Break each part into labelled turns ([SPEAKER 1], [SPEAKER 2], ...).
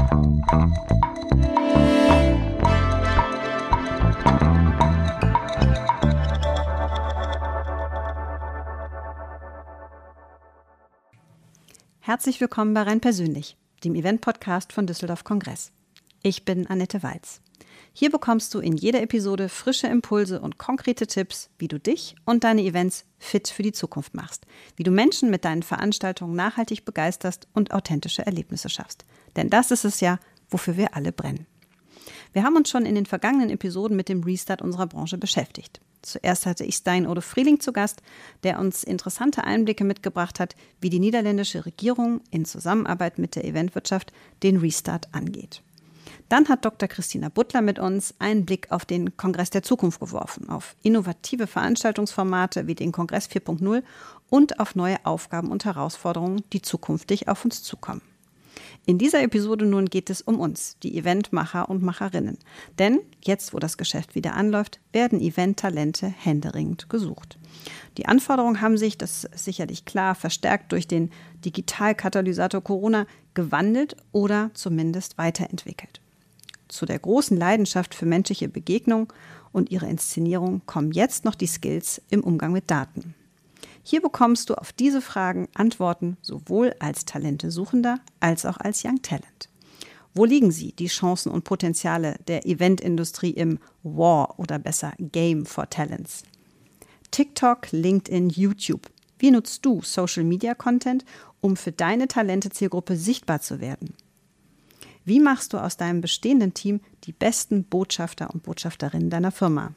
[SPEAKER 1] Herzlich willkommen bei Rein Persönlich, dem Event-Podcast von Düsseldorf Kongress. Ich bin Annette Walz. Hier bekommst du in jeder Episode frische Impulse und konkrete Tipps, wie du dich und deine Events fit für die Zukunft machst, wie du Menschen mit deinen Veranstaltungen nachhaltig begeisterst und authentische Erlebnisse schaffst. Denn das ist es ja, wofür wir alle brennen. Wir haben uns schon in den vergangenen Episoden mit dem Restart unserer Branche beschäftigt. Zuerst hatte ich Stijn-Ode Frieling zu Gast, der uns interessante Einblicke mitgebracht hat, wie die niederländische Regierung in Zusammenarbeit mit der Eventwirtschaft den Restart angeht. Dann hat Dr. Christina Butler mit uns einen Blick auf den Kongress der Zukunft geworfen, auf innovative Veranstaltungsformate wie den Kongress 4.0 und auf neue Aufgaben und Herausforderungen, die zukünftig auf uns zukommen. In dieser Episode nun geht es um uns, die Eventmacher und Macherinnen. Denn jetzt, wo das Geschäft wieder anläuft, werden Eventtalente händeringend gesucht. Die Anforderungen haben sich, das ist sicherlich klar, verstärkt durch den Digitalkatalysator Corona gewandelt oder zumindest weiterentwickelt. Zu der großen Leidenschaft für menschliche Begegnung und ihre Inszenierung kommen jetzt noch die Skills im Umgang mit Daten. Hier bekommst du auf diese Fragen Antworten sowohl als Talentesuchender als auch als Young Talent. Wo liegen sie, die Chancen und Potenziale der Eventindustrie im War oder besser Game for Talents? TikTok, LinkedIn, YouTube. Wie nutzt du Social Media Content, um für deine Talente-Zielgruppe sichtbar zu werden? Wie machst du aus deinem bestehenden Team die besten Botschafter und Botschafterinnen deiner Firma?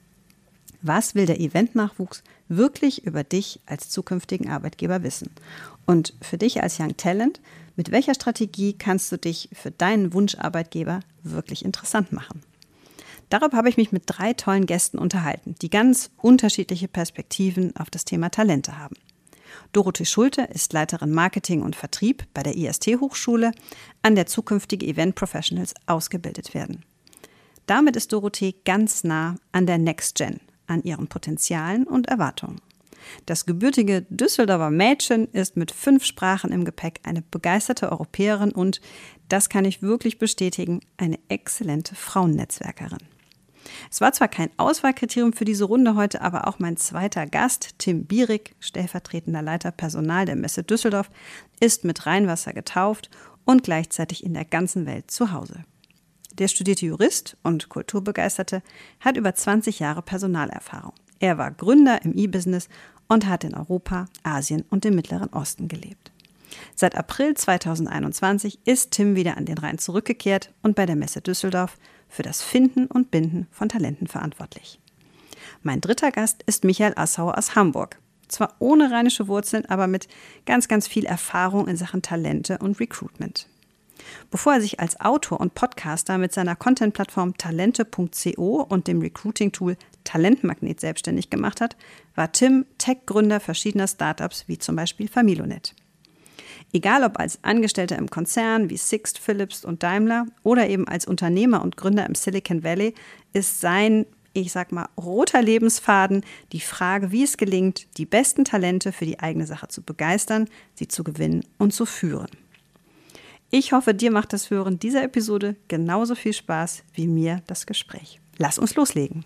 [SPEAKER 1] Was will der Eventnachwuchs wirklich über dich als zukünftigen Arbeitgeber wissen? Und für dich als Young Talent, mit welcher Strategie kannst du dich für deinen Wunscharbeitgeber wirklich interessant machen? Darüber habe ich mich mit 3 tollen Gästen unterhalten, die ganz unterschiedliche Perspektiven auf das Thema Talente haben. Dorothee Schulte ist Leiterin Marketing und Vertrieb bei der IST-Hochschule, an der zukünftige Event Professionals ausgebildet werden. Damit ist Dorothee ganz nah an der Next Gen, an ihren Potenzialen und Erwartungen. Das gebürtige Düsseldorfer Mädchen ist mit 5 Sprachen im Gepäck eine begeisterte Europäerin und, das kann ich wirklich bestätigen, eine exzellente Frauennetzwerkerin. Es war zwar kein Auswahlkriterium für diese Runde heute, aber auch mein zweiter Gast, Tim Bierig, stellvertretender Leiter Personal der Messe Düsseldorf, ist mit Rheinwasser getauft und gleichzeitig in der ganzen Welt zu Hause. Der studierte Jurist und Kulturbegeisterte hat über 20 Jahre Personalerfahrung. Er war Gründer im E-Business und hat in Europa, Asien und dem Mittleren Osten gelebt. Seit April 2021 ist Tim wieder an den Rhein zurückgekehrt und bei der Messe Düsseldorf für das Finden und Binden von Talenten verantwortlich. Mein dritter Gast ist Michael Assauer aus Hamburg. Zwar ohne rheinische Wurzeln, aber mit ganz, ganz viel Erfahrung in Sachen Talente und Recruitment. Bevor er sich als Autor und Podcaster mit seiner Content-Plattform talente.co und dem Recruiting-Tool Talentmagnet selbstständig gemacht hat, war Tim Tech-Gründer verschiedener Startups wie zum Beispiel Familonet. Egal ob als Angestellter im Konzern wie Sixt, Philips und Daimler oder eben als Unternehmer und Gründer im Silicon Valley, ist sein, roter Lebensfaden die Frage, wie es gelingt, die besten Talente für die eigene Sache zu begeistern, sie zu gewinnen und zu führen. Ich hoffe, dir macht das Hören dieser Episode genauso viel Spaß wie mir das Gespräch. Lass uns loslegen.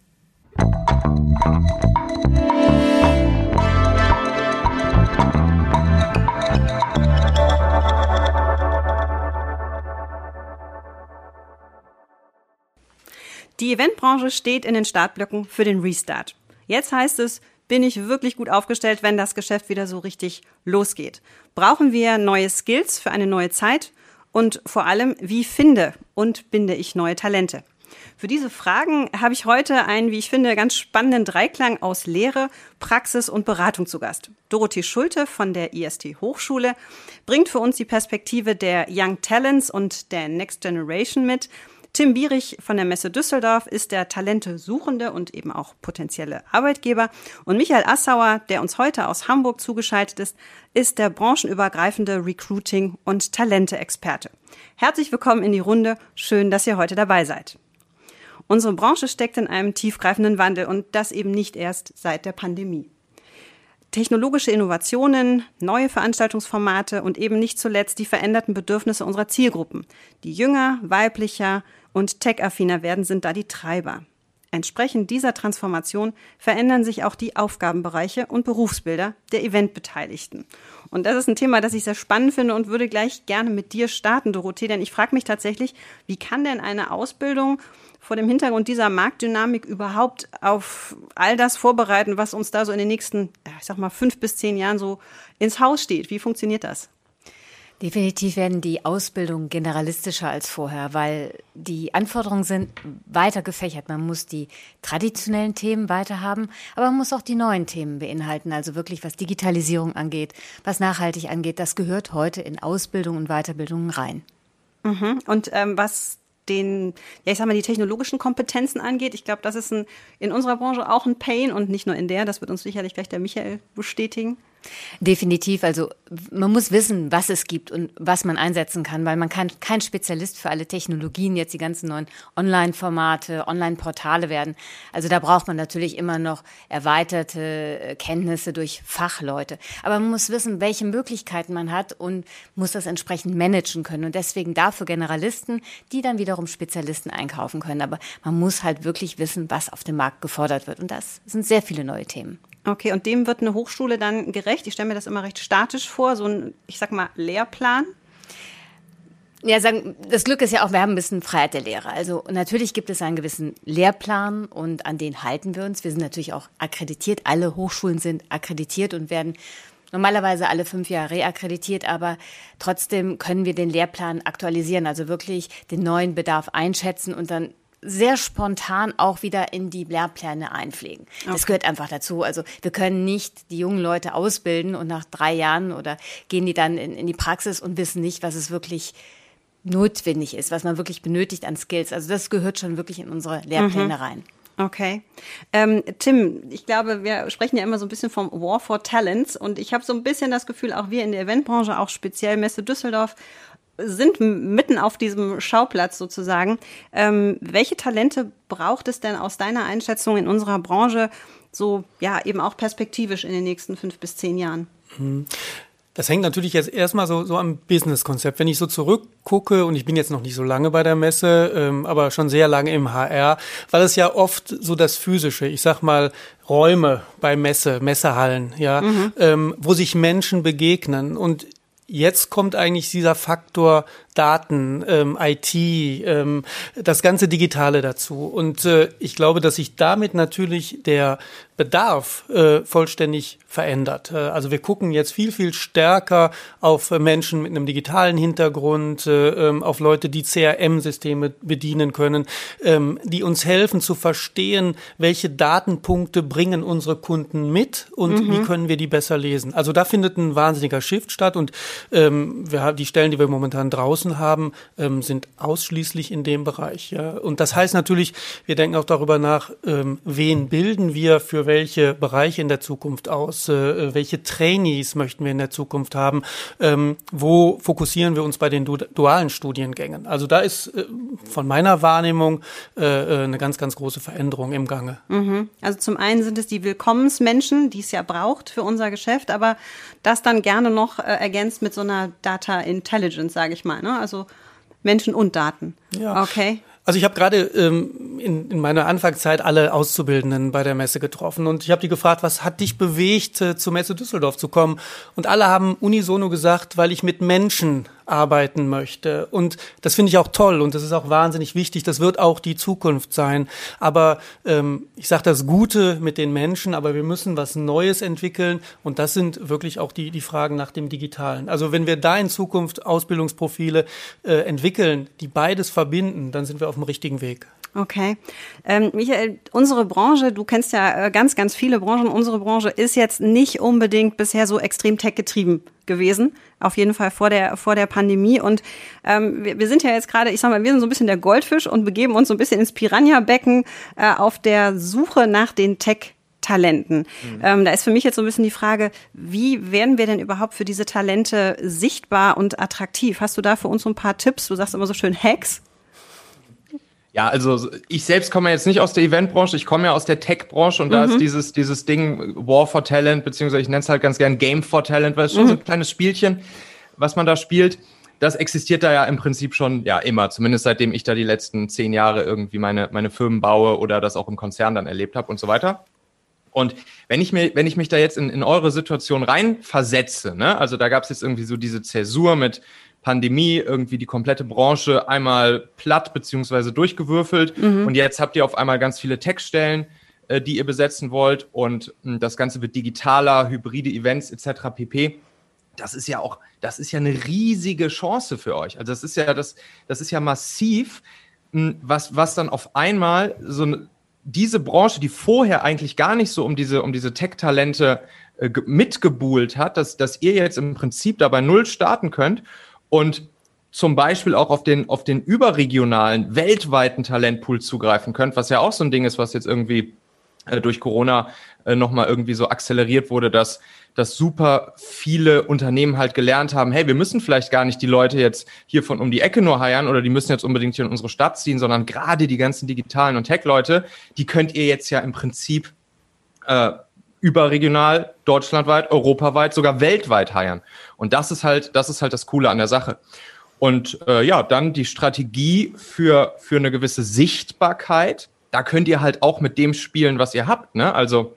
[SPEAKER 1] Die Eventbranche steht in den Startblöcken für den Restart. Jetzt heißt es, bin ich wirklich gut aufgestellt, wenn das Geschäft wieder so richtig losgeht? Brauchen wir neue Skills für eine neue Zeit? Und vor allem, wie finde und binde ich neue Talente? Für diese Fragen habe ich heute einen, wie ich finde, ganz spannenden Dreiklang aus Lehre, Praxis und Beratung zu Gast. Dorothee Schulte von der IST-Hochschule bringt für uns die Perspektive der Young Talents und der Next Generation mit. Tim Bierig von der Messe Düsseldorf ist der Talente-Suchende und eben auch potenzielle Arbeitgeber. Und Michael Assauer, der uns heute aus Hamburg zugeschaltet ist der branchenübergreifende Recruiting- und Talente-Experte. Herzlich willkommen in die Runde. Schön, dass ihr heute dabei seid. Unsere Branche steckt in einem tiefgreifenden Wandel und das eben nicht erst seit der Pandemie. technologische Innovationen, neue Veranstaltungsformate und eben nicht zuletzt die veränderten Bedürfnisse unserer Zielgruppen, die jünger, weiblicher und tech-affiner werden, sind da die Treiber. Entsprechend dieser Transformation verändern sich auch die Aufgabenbereiche und Berufsbilder der Eventbeteiligten. Und das ist ein Thema, das ich sehr spannend finde und würde gleich gerne mit dir starten, Dorothee, denn ich frage mich tatsächlich, wie kann denn eine Ausbildung vor dem Hintergrund dieser Marktdynamik überhaupt auf all das vorbereiten, was uns da so in den nächsten, 5 bis 10 Jahren so ins Haus steht? Wie funktioniert das?
[SPEAKER 2] Definitiv werden die Ausbildungen generalistischer als vorher, weil die Anforderungen sind weiter gefächert. Man muss die traditionellen Themen weiter haben, aber man muss auch die neuen Themen beinhalten. Also wirklich, was Digitalisierung angeht, was nachhaltig angeht, das gehört heute in Ausbildung und Weiterbildungen rein.
[SPEAKER 1] Mhm. Und was die technologischen Kompetenzen angeht, ich glaube, das ist in unserer Branche auch ein Pain und nicht nur in der, das wird uns sicherlich gleich der Michael bestätigen.
[SPEAKER 2] Definitiv, also man muss wissen, was es gibt und was man einsetzen kann, weil man kann kein Spezialist für alle Technologien, jetzt die ganzen neuen Online-Formate, Online-Portale werden. Also da braucht man natürlich immer noch erweiterte Kenntnisse durch Fachleute. Aber man muss wissen, welche Möglichkeiten man hat und muss das entsprechend managen können. Und deswegen dafür Generalisten, die dann wiederum Spezialisten einkaufen können. Aber man muss halt wirklich wissen, was auf dem Markt gefordert wird. Und das sind sehr viele neue Themen.
[SPEAKER 1] Okay, und dem wird eine Hochschule dann gerecht? Ich stelle mir das immer recht statisch vor, so ein, Lehrplan.
[SPEAKER 2] Ja, das Glück ist ja auch, wir haben ein bisschen Freiheit der Lehre. Also natürlich gibt es einen gewissen Lehrplan und an den halten wir uns. Wir sind natürlich auch akkreditiert. Alle Hochschulen sind akkreditiert und werden normalerweise alle 5 Jahre reakkreditiert, aber trotzdem können wir den Lehrplan aktualisieren, also wirklich den neuen Bedarf einschätzen und dann sehr spontan auch wieder in die Lehrpläne einpflegen. Okay. Das gehört einfach dazu. Also wir können nicht die jungen Leute ausbilden und nach 3 Jahren oder gehen die dann in die Praxis und wissen nicht, was es wirklich notwendig ist, was man wirklich benötigt an Skills. Also das gehört schon wirklich in unsere Lehrpläne rein.
[SPEAKER 1] Okay. Tim, ich glaube, wir sprechen ja immer so ein bisschen vom War for Talents und ich habe so ein bisschen das Gefühl, auch wir in der Eventbranche, auch speziell Messe Düsseldorf, sind mitten auf diesem Schauplatz sozusagen. Welche Talente braucht es denn aus deiner Einschätzung in unserer Branche so, ja, eben auch perspektivisch in den nächsten 5 bis 10 Jahren?
[SPEAKER 3] Das hängt natürlich jetzt erstmal so am Business-Konzept. Wenn ich so zurückgucke, und ich bin jetzt noch nicht so lange bei der Messe, aber schon sehr lange im HR, weil es ja oft so das Physische, ich sag mal, Räume bei Messehallen, ja, wo sich Menschen begegnen. Und jetzt kommt eigentlich dieser Faktor Daten, IT, das ganze Digitale dazu. Und ich glaube, dass sich damit natürlich der Bedarf vollständig verändert. Also wir gucken jetzt viel, viel stärker auf Menschen mit einem digitalen Hintergrund, auf Leute, die CRM-Systeme bedienen können, die uns helfen zu verstehen, welche Datenpunkte bringen unsere Kunden mit und wie können wir die besser lesen. Also da findet ein wahnsinniger Shift statt und die Stellen, die wir momentan draußen haben, sind ausschließlich in dem Bereich. Ja. Und das heißt natürlich, wir denken auch darüber nach, wen bilden wir für welche Bereiche in der Zukunft aus, welche Trainees möchten wir in der Zukunft haben, wo fokussieren wir uns bei den dualen Studiengängen. Also da ist von meiner Wahrnehmung eine ganz, ganz große Veränderung im Gange.
[SPEAKER 1] Also zum einen sind es die Willkommensmenschen, die es ja braucht für unser Geschäft, aber das dann gerne noch ergänzt mit so einer Data Intelligence, sage ich mal, ne? Also Menschen und Daten.
[SPEAKER 3] Ja.
[SPEAKER 1] Okay.
[SPEAKER 3] Also ich habe gerade in meiner Anfangszeit alle Auszubildenden bei der Messe getroffen und ich habe die gefragt, was hat dich bewegt, zur Messe Düsseldorf zu kommen? Und alle haben unisono gesagt, weil ich mit Menschen arbeiten möchte. Und das finde ich auch toll und das ist auch wahnsinnig wichtig. Das wird auch die Zukunft sein. Aber ich sage das Gute mit den Menschen, aber wir müssen was Neues entwickeln und das sind wirklich auch die Fragen nach dem Digitalen. Also wenn wir da in Zukunft Ausbildungsprofile entwickeln, die beides verbinden, dann sind wir auf dem richtigen Weg.
[SPEAKER 1] Okay. Michael, unsere Branche, du kennst ja ganz, ganz viele Branchen, unsere Branche ist jetzt nicht unbedingt bisher so extrem tech-getrieben gewesen, auf jeden Fall vor der Pandemie und wir sind ja jetzt gerade, ich sag mal, wir sind so ein bisschen der Goldfisch und begeben uns so ein bisschen ins Piranha-Becken auf der Suche nach den Tech-Talenten. Da ist für mich jetzt so ein bisschen die Frage, wie werden wir denn überhaupt für diese Talente sichtbar und attraktiv? Hast du da für uns so ein paar Tipps? Du sagst immer so schön Hacks.
[SPEAKER 4] Ja, also ich selbst komme jetzt nicht aus der Eventbranche, ich komme ja aus der Tech-Branche und da ist dieses Ding War for Talent, beziehungsweise ich nenne es halt ganz gern Game for Talent, weil es schon so ein kleines Spielchen, was man da spielt. Das existiert da ja im Prinzip schon immer, zumindest seitdem ich da die letzten 10 Jahre irgendwie meine Firmen baue oder das auch im Konzern dann erlebt habe und so weiter. Und wenn ich mich da jetzt in eure Situation reinversetze, ne, also da gab es jetzt irgendwie so diese Zäsur mit Pandemie, irgendwie die komplette Branche einmal platt beziehungsweise durchgewürfelt und jetzt habt ihr auf einmal ganz viele Tech-Stellen, die ihr besetzen wollt und das Ganze wird digitaler, hybride Events etc. pp. Das ist ja eine riesige Chance für euch. Also das ist ja massiv, was dann auf einmal diese Branche, die vorher eigentlich gar nicht so um diese Tech-Talente mitgebuhlt hat, dass ihr jetzt im Prinzip da bei Null starten könnt und zum Beispiel auch auf den überregionalen, weltweiten Talentpool zugreifen könnt, was ja auch so ein Ding ist, was jetzt irgendwie durch Corona nochmal irgendwie so akzeleriert wurde, dass super viele Unternehmen halt gelernt haben, hey, wir müssen vielleicht gar nicht die Leute jetzt hier von um die Ecke nur hiren oder die müssen jetzt unbedingt hier in unsere Stadt ziehen, sondern gerade die ganzen digitalen und Tech-Leute, die könnt ihr jetzt ja im Prinzip überregional, deutschlandweit, europaweit, sogar weltweit hiren. Und das ist halt das Coole an der Sache. Und dann die Strategie für eine gewisse Sichtbarkeit. Da könnt ihr halt auch mit dem spielen, was ihr habt, ne? Also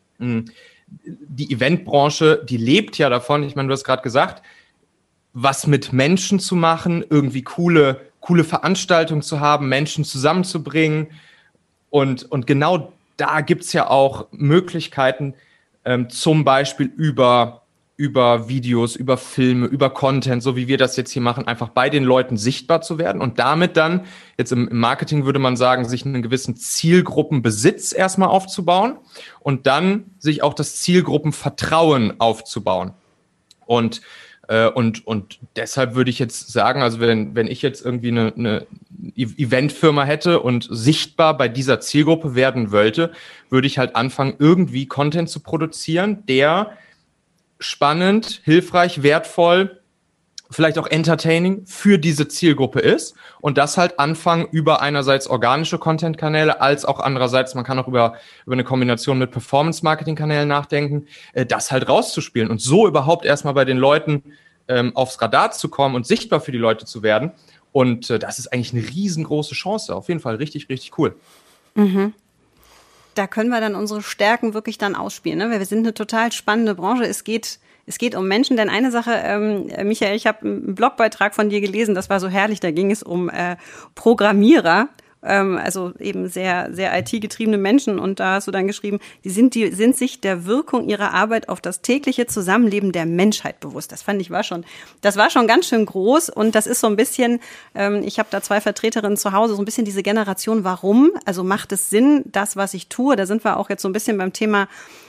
[SPEAKER 4] die Eventbranche, die lebt ja davon, ich meine, du hast gerade gesagt, was mit Menschen zu machen, irgendwie coole Veranstaltungen zu haben, Menschen zusammenzubringen. Und genau da gibt's ja auch Möglichkeiten, zum Beispiel über Videos, über Filme, über Content, so wie wir das jetzt hier machen, einfach bei den Leuten sichtbar zu werden und damit dann, jetzt im Marketing würde man sagen, sich einen gewissen Zielgruppenbesitz erstmal aufzubauen und dann sich auch das Zielgruppenvertrauen aufzubauen. Und deshalb würde ich jetzt sagen, also wenn ich jetzt irgendwie eine Eventfirma hätte und sichtbar bei dieser Zielgruppe werden wollte, würde ich halt anfangen, irgendwie Content zu produzieren, der spannend, hilfreich, wertvoll, vielleicht auch entertaining für diese Zielgruppe ist und das halt anfangen über einerseits organische Content-Kanäle als auch andererseits, man kann auch über eine Kombination mit Performance-Marketing-Kanälen nachdenken, das halt rauszuspielen und so überhaupt erstmal bei den Leuten aufs Radar zu kommen und sichtbar für die Leute zu werden und das ist eigentlich eine riesengroße Chance, auf jeden Fall richtig, richtig cool.
[SPEAKER 1] Da können wir dann unsere Stärken wirklich dann ausspielen, ne? Weil wir sind eine total spannende Branche. Es geht um Menschen, denn eine Sache, Michael, ich habe einen Blogbeitrag von dir gelesen, das war so herrlich, da ging es um Programmierer, also eben sehr, sehr IT-getriebene Menschen und da hast du dann geschrieben, die sind sich der Wirkung ihrer Arbeit auf das tägliche Zusammenleben der Menschheit bewusst. Das fand ich war schon ganz schön groß und das ist so ein bisschen, ich habe da 2 Vertreterinnen zu Hause, so ein bisschen diese Generation, warum, also macht es Sinn, das, was ich tue, da sind wir auch jetzt so ein bisschen beim Thema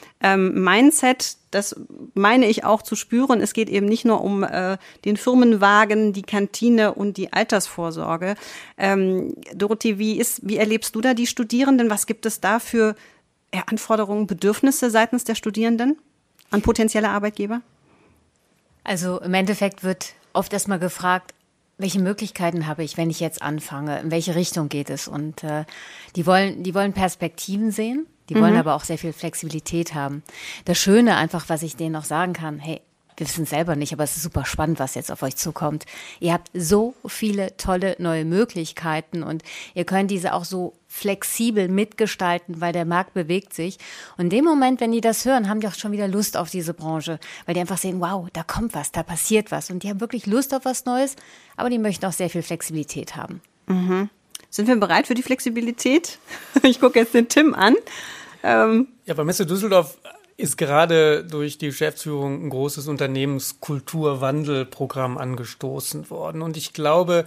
[SPEAKER 1] Mindset, das meine ich auch zu spüren. Es geht eben nicht nur um den Firmenwagen, die Kantine und die Altersvorsorge. Dorothee, wie erlebst du da die Studierenden? Was gibt es da für Anforderungen, Bedürfnisse seitens der Studierenden an potenzielle Arbeitgeber?
[SPEAKER 2] Also im Endeffekt wird oft erstmal gefragt, welche Möglichkeiten habe ich, wenn ich jetzt anfange? In welche Richtung geht es? Und die wollen Perspektiven sehen. Die wollen aber auch sehr viel Flexibilität haben. Das Schöne einfach, was ich denen auch sagen kann, hey, wir wissen es selber nicht, aber es ist super spannend, was jetzt auf euch zukommt. Ihr habt so viele tolle neue Möglichkeiten und ihr könnt diese auch so flexibel mitgestalten, weil der Markt bewegt sich. Und in dem Moment, wenn die das hören, haben die auch schon wieder Lust auf diese Branche, weil die einfach sehen, wow, da kommt was, da passiert was. Und die haben wirklich Lust auf was Neues, aber die möchten auch sehr viel Flexibilität haben.
[SPEAKER 1] Sind wir bereit für die Flexibilität? Ich gucke jetzt den Tim an.
[SPEAKER 3] Ja, bei Messe Düsseldorf ist gerade durch die Geschäftsführung ein großes Unternehmenskulturwandelprogramm angestoßen worden. Und ich glaube,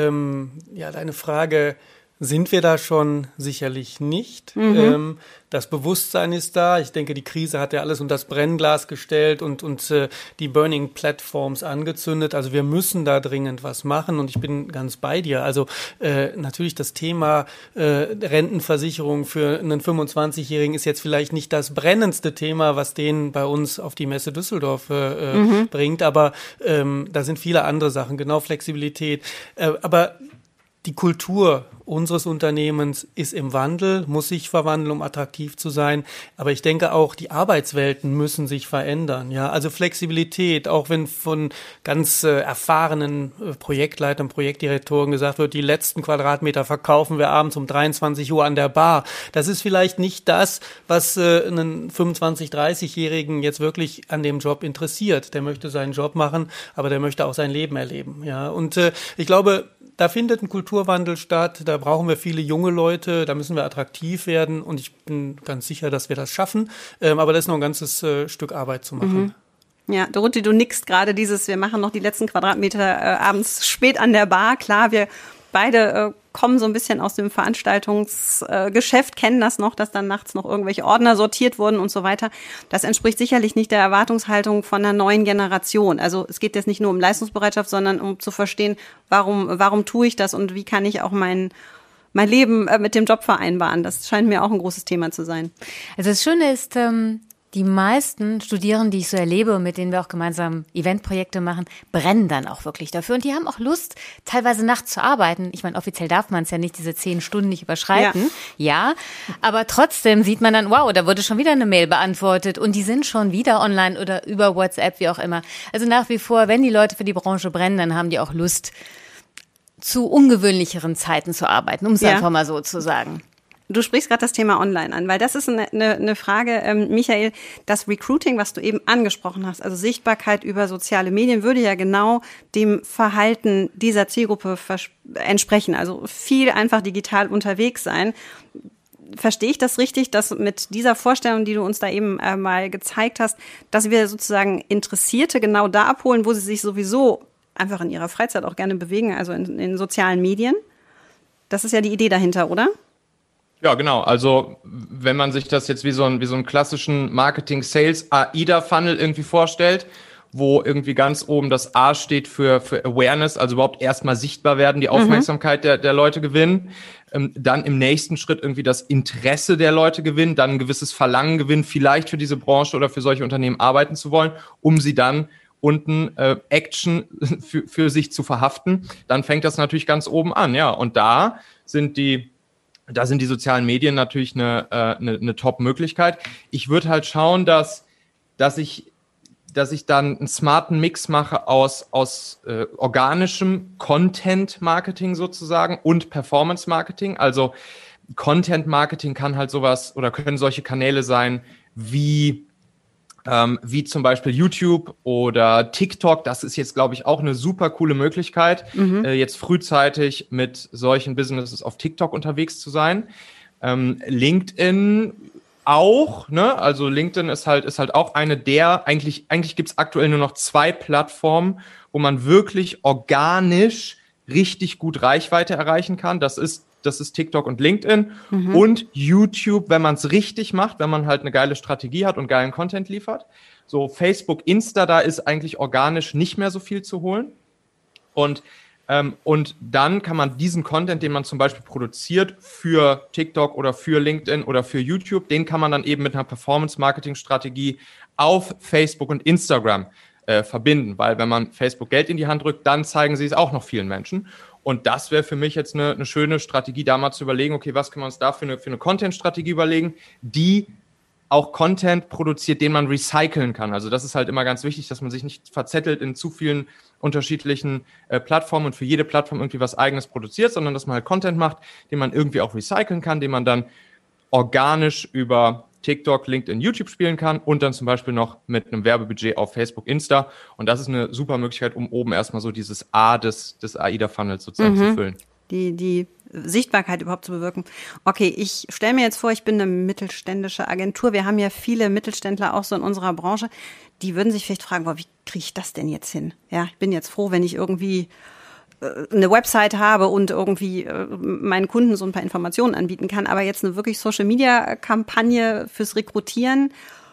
[SPEAKER 3] deine Frage, sind wir da schon? Sicherlich nicht. Das Bewusstsein ist da. Ich denke, die Krise hat ja alles unter das Brennglas gestellt und die Burning Platforms angezündet. Also wir müssen da dringend was machen und ich bin ganz bei dir. Also natürlich das Thema Rentenversicherung für einen 25-Jährigen ist jetzt vielleicht nicht das brennendste Thema, was den bei uns auf die Messe Düsseldorf bringt, aber da sind viele andere Sachen, genau Flexibilität. Aber Die Kultur unseres Unternehmens ist im Wandel, muss sich verwandeln, um attraktiv zu sein. Aber ich denke auch, die Arbeitswelten müssen sich verändern. Ja, also Flexibilität, auch wenn von ganz erfahrenen Projektleitern, Projektdirektoren gesagt wird, die letzten Quadratmeter verkaufen wir abends um 23 Uhr an der Bar. Das ist vielleicht nicht das, was einen 25-, 30-Jährigen jetzt wirklich an dem Job interessiert. Der möchte seinen Job machen, aber der möchte auch sein Leben erleben. Ja, und ich glaube, da findet ein Kulturwandel statt, da brauchen wir viele junge Leute, da müssen wir attraktiv werden und ich bin ganz sicher, dass wir das schaffen, aber das ist noch ein ganzes Stück Arbeit zu machen.
[SPEAKER 1] Ja, Dorothee, du nickst gerade wir machen noch die letzten Quadratmeter abends spät an der Bar. Klar, wir beide kommen so ein bisschen aus dem Veranstaltungsgeschäft, kennen das noch, dass dann nachts noch irgendwelche Ordner sortiert wurden und so weiter. Das entspricht sicherlich nicht der Erwartungshaltung von einer neuen Generation. Also es geht jetzt nicht nur um Leistungsbereitschaft, sondern um zu verstehen, warum tue ich das und wie kann ich auch mein Leben mit dem Job vereinbaren. Das scheint mir auch ein großes Thema zu sein.
[SPEAKER 2] Also das Schöne ist, die meisten Studierenden, die ich so erlebe und mit denen wir auch gemeinsam Eventprojekte machen, brennen dann auch wirklich dafür. Und die haben auch Lust, teilweise nachts zu arbeiten. Ich meine, offiziell darf man es ja nicht, diese 10 Stunden nicht überschreiten. Ja, aber trotzdem sieht man dann, wow, da wurde schon wieder eine Mail beantwortet und die sind schon wieder online oder über WhatsApp, wie auch immer. Also nach wie vor, wenn die Leute für die Branche brennen, dann haben die auch Lust, zu ungewöhnlicheren Zeiten zu arbeiten, um es einfach mal so zu sagen.
[SPEAKER 1] Du sprichst gerade das Thema Online an, weil das ist eine Frage, Michael, das Recruiting, was du eben angesprochen hast, also Sichtbarkeit über soziale Medien, würde ja genau dem Verhalten dieser Zielgruppe entsprechen, also viel einfach digital unterwegs sein. Verstehe ich das richtig, dass mit dieser Vorstellung, die du uns da eben mal gezeigt hast, dass wir sozusagen Interessierte genau da abholen, wo sie sich sowieso einfach in ihrer Freizeit auch gerne bewegen, also in sozialen Medien? Das ist ja die Idee dahinter, oder?
[SPEAKER 4] Ja, genau. Also wenn man sich das jetzt wie so einen klassischen Marketing-Sales-AIDA-Funnel irgendwie vorstellt, wo irgendwie ganz oben das A steht für Awareness, also überhaupt erstmal sichtbar werden, die Aufmerksamkeit der Leute gewinnen, dann im nächsten Schritt irgendwie das Interesse der Leute gewinnen, dann ein gewisses Verlangen gewinnen, vielleicht für diese Branche oder für solche Unternehmen arbeiten zu wollen, um sie dann unten Action für sich zu verhaften, dann fängt das natürlich ganz oben an, ja. Und da sind die sozialen Medien natürlich eine Top-Möglichkeit. Ich würde halt schauen, dass ich dann einen smarten Mix mache aus organischem Content-Marketing sozusagen und Performance-Marketing. Also Content-Marketing kann halt sowas oder können solche Kanäle sein wie zum Beispiel YouTube oder TikTok. Das ist jetzt, glaube ich, auch eine super coole Möglichkeit, jetzt frühzeitig mit solchen Businesses auf TikTok unterwegs zu sein. LinkedIn auch, ne? Also LinkedIn ist halt auch eine eigentlich gibt es aktuell nur noch 2 Plattformen, wo man wirklich organisch richtig gut Reichweite erreichen kann. Das ist TikTok und LinkedIn und YouTube, wenn man es richtig macht, wenn man halt eine geile Strategie hat und geilen Content liefert. So Facebook, Insta, da ist eigentlich organisch nicht mehr so viel zu holen. Und dann kann man diesen Content, den man zum Beispiel produziert für TikTok oder für LinkedIn oder für YouTube, den kann man dann eben mit einer Performance-Marketing-Strategie auf Facebook und Instagram verbinden. Weil wenn man Facebook Geld in die Hand drückt, dann zeigen sie es auch noch vielen Menschen. Und das wäre für mich jetzt eine schöne Strategie, da mal zu überlegen, okay, was können wir uns da für eine Content-Strategie überlegen, die auch Content produziert, den man recyceln kann. Also das ist halt immer ganz wichtig, dass man sich nicht verzettelt in zu vielen unterschiedlichen Plattformen und für jede Plattform irgendwie was Eigenes produziert, sondern dass man halt Content macht, den man irgendwie auch recyceln kann, den man dann organisch über TikTok, LinkedIn, YouTube spielen kann und dann zum Beispiel noch mit einem Werbebudget auf Facebook, Insta. Und das ist eine super Möglichkeit, um oben erstmal so dieses A des AIDA-Funnels sozusagen zu füllen.
[SPEAKER 1] Die Sichtbarkeit überhaupt zu bewirken. Okay, ich stelle mir jetzt vor, ich bin eine mittelständische Agentur. Wir haben ja viele Mittelständler auch so in unserer Branche. Die würden sich vielleicht fragen, wie kriege ich das denn jetzt hin? Ja, ich bin jetzt froh, wenn ich irgendwie eine Website habe und irgendwie meinen Kunden so ein paar Informationen anbieten kann. Aber jetzt eine wirklich Social-Media-Kampagne fürs Rekrutieren,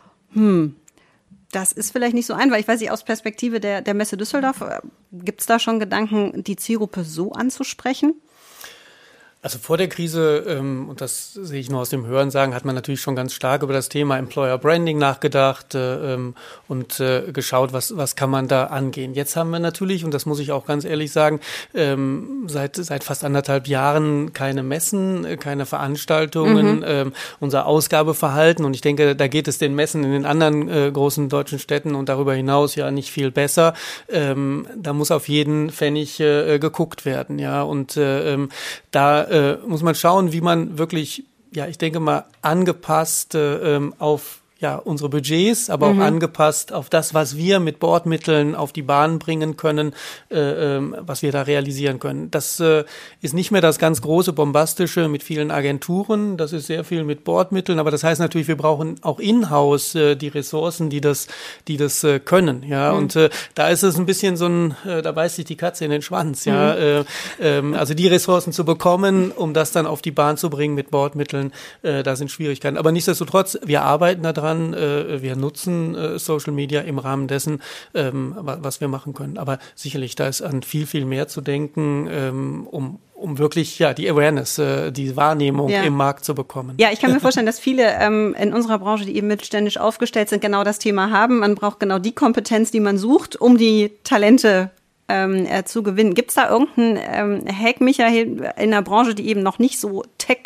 [SPEAKER 1] das ist vielleicht nicht so einfach. Ich weiß nicht, aus Perspektive der Messe Düsseldorf, gibt es da schon Gedanken, die Zielgruppe so anzusprechen?
[SPEAKER 3] Also vor der Krise, und das sehe ich nur aus dem Hörensagen, hat man natürlich schon ganz stark über das Thema Employer Branding nachgedacht und geschaut, was kann man da angehen. Jetzt haben wir natürlich, und das muss ich auch ganz ehrlich sagen, seit fast 1,5 Jahren keine Messen, keine Veranstaltungen, unser Ausgabeverhalten, und ich denke, da geht es den Messen in den anderen großen deutschen Städten und darüber hinaus ja nicht viel besser. Da muss auf jeden Pfennig geguckt werden, ja, und da muss man schauen, wie man wirklich, ja, ich denke mal, angepasst auf unsere Budgets, aber auch angepasst auf das, was wir mit Bordmitteln auf die Bahn bringen können, was wir da realisieren können. Das ist nicht mehr das ganz große Bombastische mit vielen Agenturen, das ist sehr viel mit Bordmitteln, aber das heißt natürlich, wir brauchen auch in-house die Ressourcen, die das können, ja, und da ist es ein bisschen so da beißt sich die Katze in den Schwanz, ja, also die Ressourcen zu bekommen, um das dann auf die Bahn zu bringen mit Bordmitteln, da sind Schwierigkeiten, aber nichtsdestotrotz, wir arbeiten daran. Wir nutzen Social Media im Rahmen dessen, was wir machen können. Aber sicherlich, da ist an viel, viel mehr zu denken, um wirklich die Awareness, die Wahrnehmung im Markt zu bekommen.
[SPEAKER 1] Ja, ich kann mir vorstellen, dass viele in unserer Branche, die eben mittelständisch aufgestellt sind, genau das Thema haben. Man braucht genau die Kompetenz, die man sucht, um die Talente zu gewinnen. Gibt es da irgendeinen Hack, Michael, in der Branche, die eben noch nicht so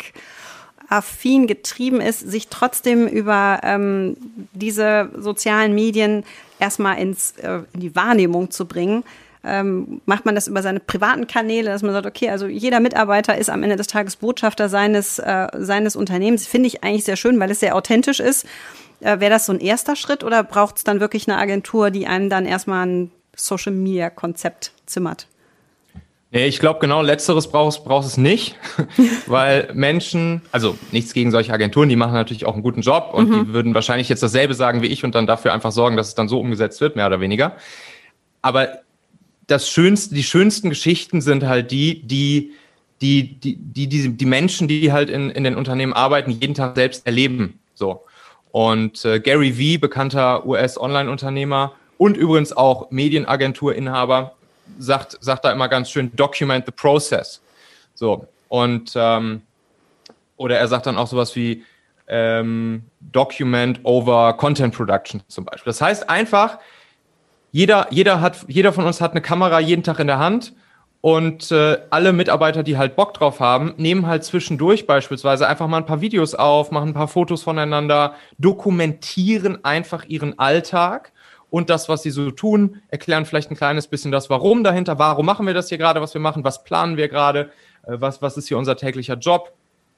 [SPEAKER 1] affin getrieben ist, sich trotzdem über diese sozialen Medien erstmal in die Wahrnehmung zu bringen? Macht man das über seine privaten Kanäle, dass man sagt, okay, also jeder Mitarbeiter ist am Ende des Tages Botschafter seines Unternehmens. Finde ich eigentlich sehr schön, weil es sehr authentisch ist. Wäre das so ein erster Schritt oder braucht es dann wirklich eine Agentur, die einem dann erstmal ein Social-Media-Konzept zimmert?
[SPEAKER 4] Nee, ich glaube, genau Letzteres braucht es nicht, weil Menschen, also nichts gegen solche Agenturen, die machen natürlich auch einen guten Job und die würden wahrscheinlich jetzt dasselbe sagen wie ich und dann dafür einfach sorgen, dass es dann so umgesetzt wird, mehr oder weniger. Aber die schönsten Geschichten sind halt die Menschen, die halt in den Unternehmen arbeiten, jeden Tag selbst erleben. So. Und Gary Vee, bekannter US-Online-Unternehmer und übrigens auch Medienagenturinhaber, sagt da immer ganz schön, document the process. So, und oder er sagt dann auch sowas wie document over content production zum Beispiel. Das heißt einfach, jeder von uns hat eine Kamera jeden Tag in der Hand und alle Mitarbeiter, die halt Bock drauf haben, nehmen halt zwischendurch beispielsweise einfach mal ein paar Videos auf, machen ein paar Fotos voneinander, dokumentieren einfach ihren Alltag und das, was sie so tun, erklären vielleicht ein kleines bisschen das Warum dahinter. Warum machen wir das hier gerade, was wir machen? Was planen wir gerade? Was ist hier unser täglicher Job?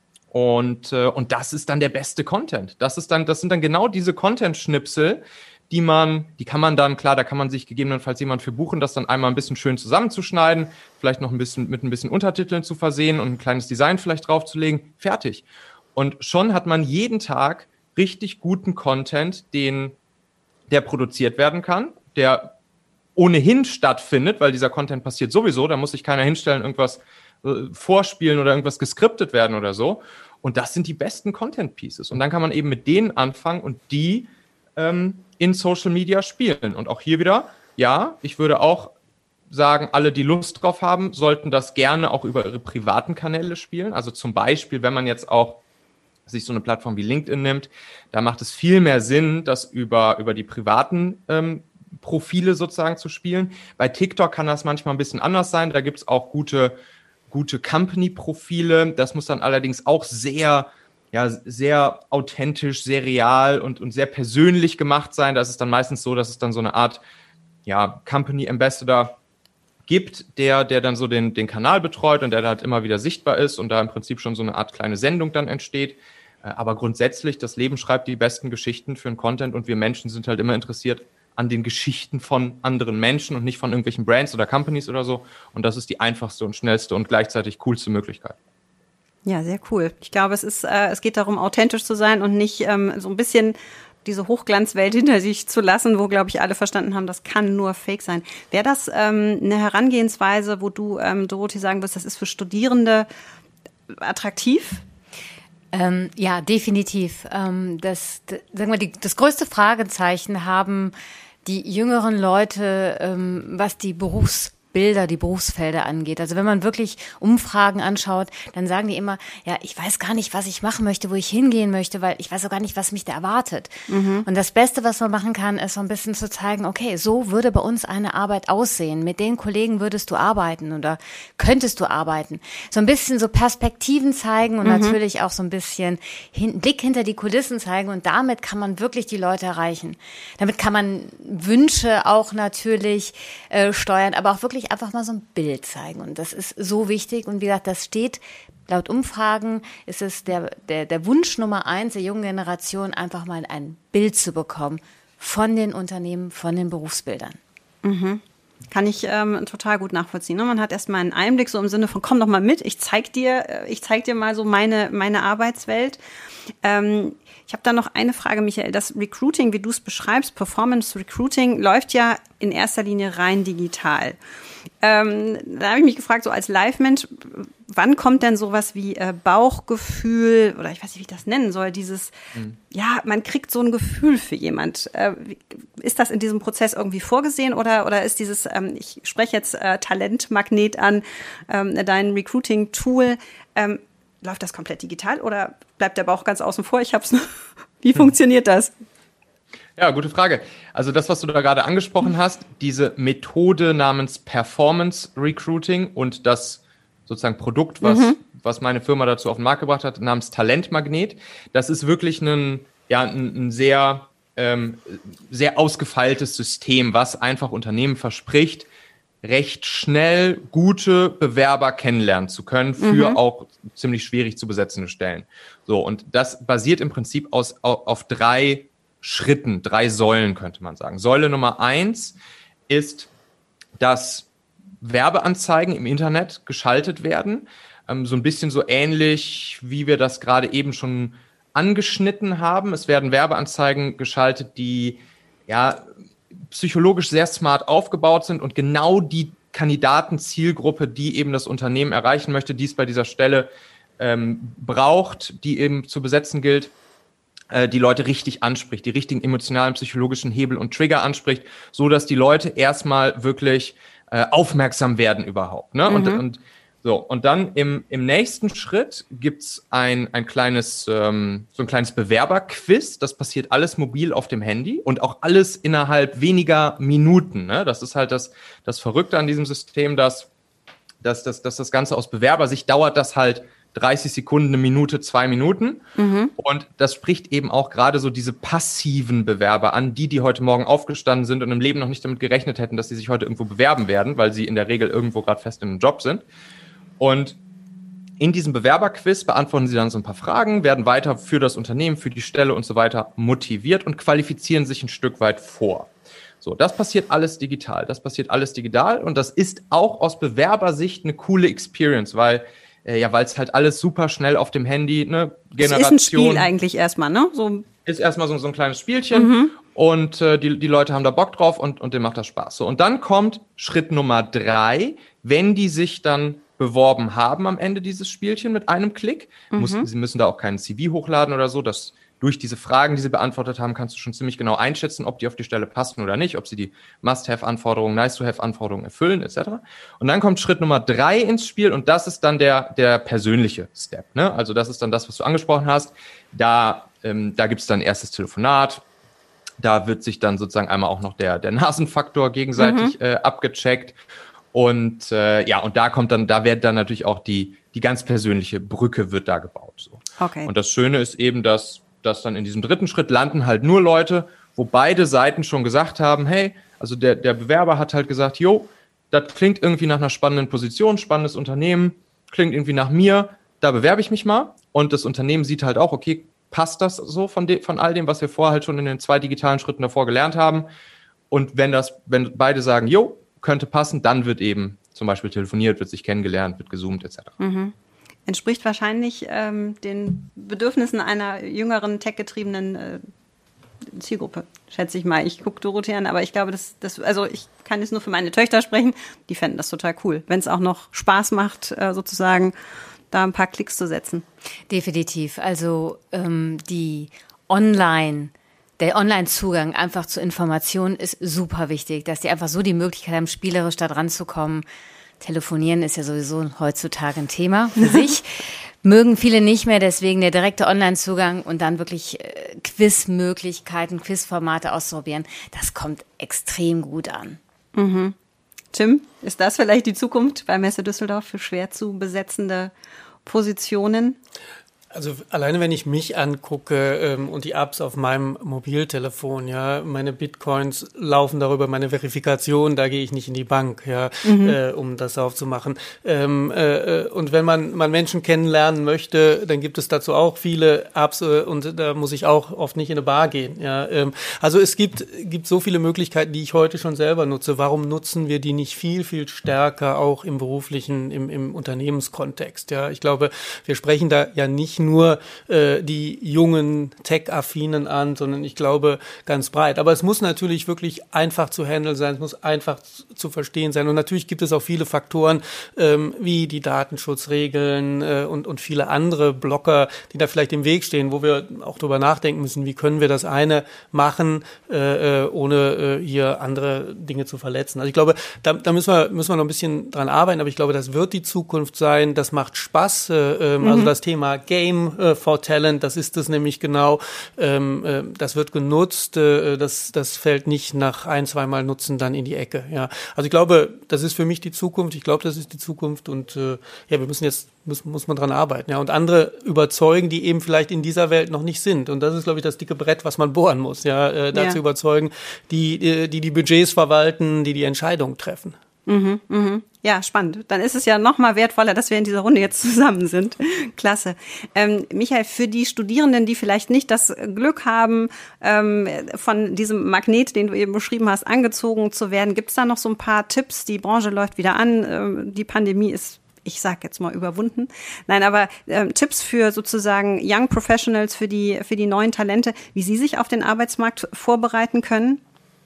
[SPEAKER 4] Und das ist dann der beste Content. Das sind dann genau diese Content-Schnipsel, die kann man dann, klar, da kann man sich gegebenenfalls jemand für buchen, das dann einmal ein bisschen schön zusammenzuschneiden, vielleicht noch mit ein bisschen Untertiteln zu versehen und ein kleines Design vielleicht draufzulegen. Fertig. Und schon hat man jeden Tag richtig guten Content, der produziert werden kann, der ohnehin stattfindet, weil dieser Content passiert sowieso, da muss sich keiner hinstellen, irgendwas vorspielen oder irgendwas geskriptet werden oder so. Und das sind die besten Content-Pieces. Und dann kann man eben mit denen anfangen und die in Social Media spielen. Und auch hier wieder, ja, ich würde auch sagen, alle, die Lust drauf haben, sollten das gerne auch über ihre privaten Kanäle spielen. Also zum Beispiel, wenn man jetzt auch sich so eine Plattform wie LinkedIn nimmt, da macht es viel mehr Sinn, das über die privaten Profile sozusagen zu spielen. Bei TikTok kann das manchmal ein bisschen anders sein. Da gibt es auch gute Company-Profile. Das muss dann allerdings auch sehr authentisch, sehr real und sehr persönlich gemacht sein. Das ist dann meistens so, dass es dann so eine Art Company Ambassador gibt, der dann so den Kanal betreut und der da halt immer wieder sichtbar ist und da im Prinzip schon so eine Art kleine Sendung dann entsteht. Aber grundsätzlich, das Leben schreibt die besten Geschichten für den Content und wir Menschen sind halt immer interessiert an den Geschichten von anderen Menschen und nicht von irgendwelchen Brands oder Companies oder so. Und das ist die einfachste und schnellste und gleichzeitig coolste Möglichkeit.
[SPEAKER 1] Ja, sehr cool. Ich glaube, es geht darum, authentisch zu sein und nicht so ein bisschen diese Hochglanzwelt hinter sich zu lassen, wo, glaube ich, alle verstanden haben, das kann nur Fake sein. Wäre das eine Herangehensweise, wo du, Dorothee, sagen wirst, das ist für Studierende attraktiv?
[SPEAKER 2] Ja, definitiv. Das größte Fragezeichen haben die jüngeren Leute, was die Bilder, die Berufsfelder angeht. Also wenn man wirklich Umfragen anschaut, dann sagen die immer, ja, ich weiß gar nicht, was ich machen möchte, wo ich hingehen möchte, weil ich weiß auch gar nicht, was mich da erwartet. Und das Beste, was man machen kann, ist so ein bisschen zu zeigen, okay, so würde bei uns eine Arbeit aussehen. Mit den Kollegen würdest du arbeiten oder könntest du arbeiten. So ein bisschen so Perspektiven zeigen und natürlich auch so ein bisschen Blick hinter die Kulissen zeigen und damit kann man wirklich die Leute erreichen. Damit kann man Wünsche auch natürlich steuern, aber auch wirklich einfach mal so ein Bild zeigen. Und das ist so wichtig. Und wie gesagt, das steht, laut Umfragen ist es der Wunsch Nummer 1 der jungen Generation, einfach mal ein Bild zu bekommen von den Unternehmen, von den Berufsbildern.
[SPEAKER 1] Kann ich total gut nachvollziehen. Man hat erstmal einen Einblick so im Sinne von, komm doch mal mit, ich zeig dir mal so meine Arbeitswelt. Ich habe da noch eine Frage, Michael. Das Recruiting, wie du es beschreibst, Performance Recruiting, läuft ja in erster Linie rein digital. Da habe ich mich gefragt, so als Live-Mensch, wann kommt denn sowas wie Bauchgefühl, oder ich weiß nicht, wie ich das nennen soll, dieses, ja, man kriegt so ein Gefühl für jemand. Ist das in diesem Prozess irgendwie vorgesehen oder ist dieses, ich spreche jetzt Talentmagnet an, dein Recruiting-Tool, läuft das komplett digital oder bleibt der Bauch ganz außen vor? Wie funktioniert das?
[SPEAKER 4] Ja, gute Frage. Also das, was du da gerade angesprochen hast, diese Methode namens Performance Recruiting und das sozusagen Produkt, was meine Firma dazu auf den Markt gebracht hat, namens Talentmagnet, das ist wirklich ein sehr, sehr ausgefeiltes System, was einfach Unternehmen verspricht, recht schnell gute Bewerber kennenlernen zu können für auch ziemlich schwierig zu besetzende Stellen. So, und das basiert im Prinzip auf 3 Schritten, 3 Säulen, könnte man sagen. Säule Nummer 1 ist, dass Werbeanzeigen im Internet geschaltet werden. So ein bisschen so ähnlich, wie wir das gerade eben schon angeschnitten haben. Es werden Werbeanzeigen geschaltet, die ja psychologisch sehr smart aufgebaut sind und genau die Kandidatenzielgruppe, die eben das Unternehmen erreichen möchte, die es bei dieser Stelle braucht, die eben zu besetzen gilt, die Leute richtig anspricht, die richtigen emotionalen, psychologischen Hebel und Trigger anspricht, so dass die Leute erstmal wirklich aufmerksam werden überhaupt. Ne? Und dann im nächsten Schritt gibt's ein kleines Bewerberquiz. Das passiert alles mobil auf dem Handy und auch alles innerhalb weniger Minuten. Ne? Das ist halt das Verrückte an diesem System, dass das Ganze aus Bewerbersicht dauert das halt 30 Sekunden, 1 Minute, 2 Minuten. Und das spricht eben auch gerade so diese passiven Bewerber an, die heute Morgen aufgestanden sind und im Leben noch nicht damit gerechnet hätten, dass sie sich heute irgendwo bewerben werden, weil sie in der Regel irgendwo gerade fest in einem Job sind. Und in diesem Bewerberquiz beantworten sie dann so ein paar Fragen, werden weiter für das Unternehmen, für die Stelle und so weiter motiviert und qualifizieren sich ein Stück weit vor. So, das passiert alles digital. Und das ist auch aus Bewerbersicht eine coole Experience, weil es halt alles super schnell auf dem Handy, ne, Generation.
[SPEAKER 1] Das ist ein Spiel eigentlich erstmal, ne? So.
[SPEAKER 4] Ist erstmal so ein kleines Spielchen und die Leute haben da Bock drauf und denen macht das Spaß. So, und dann kommt Schritt Nummer 3, wenn die sich dann beworben haben am Ende dieses Spielchen mit einem Klick. Sie müssen da auch keinen CV hochladen oder so. Das durch diese Fragen, die sie beantwortet haben, kannst du schon ziemlich genau einschätzen, ob die auf die Stelle passen oder nicht, ob sie die Must-Have-Anforderungen, Nice-to-Have-Anforderungen erfüllen, etc. Und dann kommt Schritt Nummer 3 ins Spiel und das ist dann der persönliche Step. Ne? Also das ist dann das, was du angesprochen hast. Da gibt es dann erstes Telefonat. Da wird sich dann sozusagen einmal auch noch der Nasenfaktor gegenseitig abgecheckt. Und und da wird dann natürlich auch die ganz persönliche Brücke wird da gebaut. So.
[SPEAKER 1] Okay.
[SPEAKER 4] Und das Schöne ist eben, dass dann in diesem 3. Schritt landen halt nur Leute, wo beide Seiten schon gesagt haben, hey, also der Bewerber hat halt gesagt, jo, das klingt irgendwie nach einer spannenden Position, spannendes Unternehmen, klingt irgendwie nach mir, da bewerbe ich mich mal. Und das Unternehmen sieht halt auch, okay, passt das so von all dem, was wir vorher halt schon in den 2 digitalen Schritten davor gelernt haben. Und wenn beide sagen, jo, könnte passen, dann wird eben zum Beispiel telefoniert, wird sich kennengelernt, wird gezoomt etc.
[SPEAKER 1] Entspricht wahrscheinlich den Bedürfnissen einer jüngeren, tech-getriebenen Zielgruppe, schätze ich mal. Ich gucke Dorothee an, aber ich glaube, also ich kann jetzt nur für meine Töchter sprechen, die fänden das total cool, wenn es auch noch Spaß macht, sozusagen da ein paar Klicks zu setzen.
[SPEAKER 2] Definitiv. Also die Online- Der Online-Zugang einfach zu Informationen ist super wichtig, dass die einfach so die Möglichkeit haben, spielerisch da dran zu kommen. Telefonieren ist ja sowieso heutzutage ein Thema für sich. Mögen viele nicht mehr, deswegen der direkte Online-Zugang und dann wirklich Quizmöglichkeiten, Quizformate auszuprobieren, das kommt extrem gut an.
[SPEAKER 1] Mhm. Tim, ist das vielleicht die Zukunft bei Messe Düsseldorf für schwer zu besetzende Positionen?
[SPEAKER 3] Also alleine wenn ich mich angucke und die Apps auf meinem Mobiltelefon, ja, meine Bitcoins laufen darüber, meine Verifikation, da gehe ich nicht in die Bank, ja, um das aufzumachen. Und wenn man Menschen kennenlernen möchte, dann gibt es dazu auch viele Apps und da muss ich auch oft nicht in eine Bar gehen. Ja. Also es gibt so viele Möglichkeiten, die ich heute schon selber nutze. Warum nutzen wir die nicht viel, viel stärker auch im beruflichen, im Unternehmenskontext? Ja, ich glaube, wir sprechen da ja nicht nur die jungen Tech-Affinen an, sondern ich glaube ganz breit. Aber es muss natürlich wirklich einfach zu handeln sein, es muss einfach zu verstehen sein. Und natürlich gibt es auch viele Faktoren wie die Datenschutzregeln und viele andere Blocker, die da vielleicht im Weg stehen, wo wir auch drüber nachdenken müssen, wie können wir das eine machen, ohne hier andere Dinge zu verletzen. Also ich glaube, da müssen wir noch ein bisschen dran arbeiten, aber ich glaube, das wird die Zukunft sein. Das macht Spaß. Also das Thema Game for Talent, das ist es nämlich genau. Das wird genutzt. Das fällt nicht nach 1-2 Mal Nutzen dann in die Ecke. Ja, also ich glaube, das ist für mich die Zukunft. Ich glaube, das ist die Zukunft und ja, wir müssen jetzt muss man dran arbeiten. Ja, und andere überzeugen, die eben vielleicht in dieser Welt noch nicht sind. Und das ist, glaube ich, das dicke Brett, was man bohren muss. Ja, dazu überzeugen, die Budgets verwalten, die Entscheidungen treffen.
[SPEAKER 1] Mhm, mhm. Ja, spannend. Dann ist es ja noch mal wertvoller, dass wir in dieser Runde jetzt zusammen sind. Klasse. Michael, für die Studierenden, die vielleicht nicht das Glück haben, von diesem Magnet, den du eben beschrieben hast, angezogen zu werden, gibt es da noch so ein paar Tipps? Die Branche läuft wieder an. Die Pandemie ist, ich sag jetzt mal, überwunden. Nein, aber Tipps für sozusagen Young Professionals, für die neuen Talente, wie sie sich auf den Arbeitsmarkt vorbereiten können?